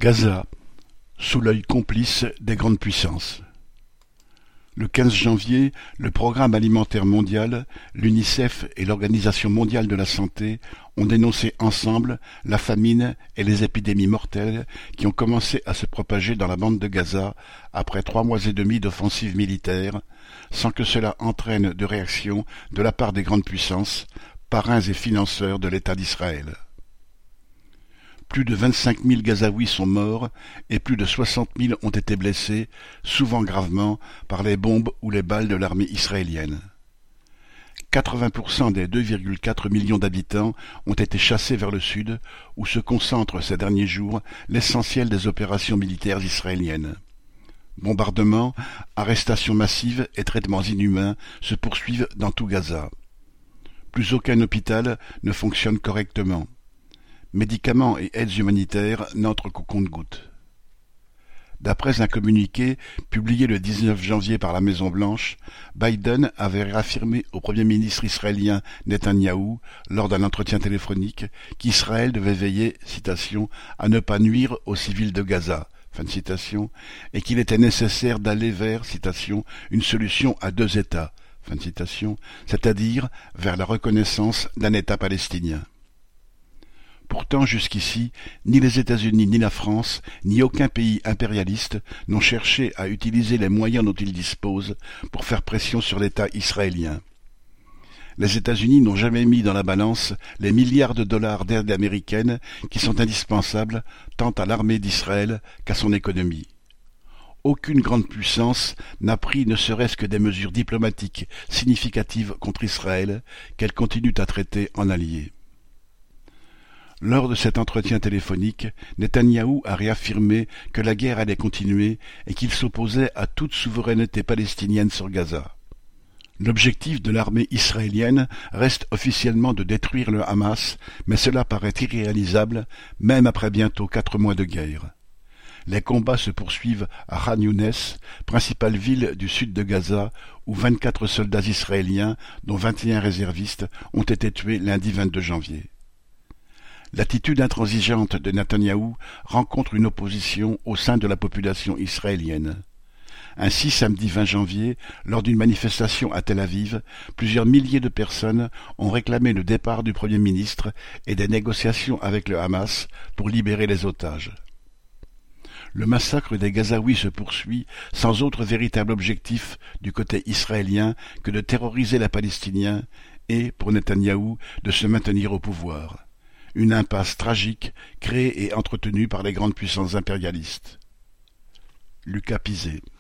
Gaza, sous l'œil complice des grandes puissances. Le 15 janvier, le Programme alimentaire mondial, l'UNICEF et l'Organisation mondiale de la santé ont dénoncé ensemble la famine et les épidémies mortelles qui ont commencé à se propager dans la bande de Gaza après 3 mois et demi d'offensive militaire, sans que cela entraîne de réaction de la part des grandes puissances, parrains et financeurs de l'État d'Israël. Plus de 25 000 Gazaouis sont morts et plus de 60 000 ont été blessés, souvent gravement, par les bombes ou les balles de l'armée israélienne. 80% des 2,4 millions d'habitants ont été chassés vers le sud, où se concentre ces derniers jours l'essentiel des opérations militaires israéliennes. Bombardements, arrestations massives et traitements inhumains se poursuivent dans tout Gaza. Plus aucun hôpital ne fonctionne correctement. Médicaments et aides humanitaires n'entrent qu'au compte-gouttes. D'après un communiqué publié le 19 janvier par la Maison-Blanche, Biden avait réaffirmé au Premier ministre israélien Netanyahou, lors d'un entretien téléphonique, qu'Israël devait veiller, citation, à ne pas nuire aux civils de Gaza, fin de citation, et qu'il était nécessaire d'aller vers, citation, une solution à 2 États, fin de citation, c'est-à-dire vers la reconnaissance d'un État palestinien. Pourtant, jusqu'ici, ni les États-Unis ni la France, ni aucun pays impérialiste n'ont cherché à utiliser les moyens dont ils disposent pour faire pression sur l'État israélien. Les États-Unis n'ont jamais mis dans la balance les milliards de dollars d'aide américaine qui sont indispensables tant à l'armée d'Israël qu'à son économie. Aucune grande puissance n'a pris ne serait-ce que des mesures diplomatiques significatives contre Israël qu'elle continue à traiter en allié. Lors de cet entretien téléphonique, Netanyahou a réaffirmé que la guerre allait continuer et qu'il s'opposait à toute souveraineté palestinienne sur Gaza. L'objectif de l'armée israélienne reste officiellement de détruire le Hamas, mais cela paraît irréalisable, même après bientôt 4 mois de guerre. Les combats se poursuivent à Khan Younes, principale ville du sud de Gaza, où 24 soldats israéliens, dont 21 réservistes, ont été tués lundi 22 janvier. L'attitude intransigeante de Netanyahou rencontre une opposition au sein de la population israélienne. Ainsi, samedi 20 janvier, lors d'une manifestation à Tel Aviv, plusieurs milliers de personnes ont réclamé le départ du Premier ministre et des négociations avec le Hamas pour libérer les otages. Le massacre des Gazaouis se poursuit sans autre véritable objectif du côté israélien que de terroriser les Palestiniens et, pour Netanyahou, de se maintenir au pouvoir. Une impasse tragique créée et entretenue par les grandes puissances impérialistes. Lucas Pizet.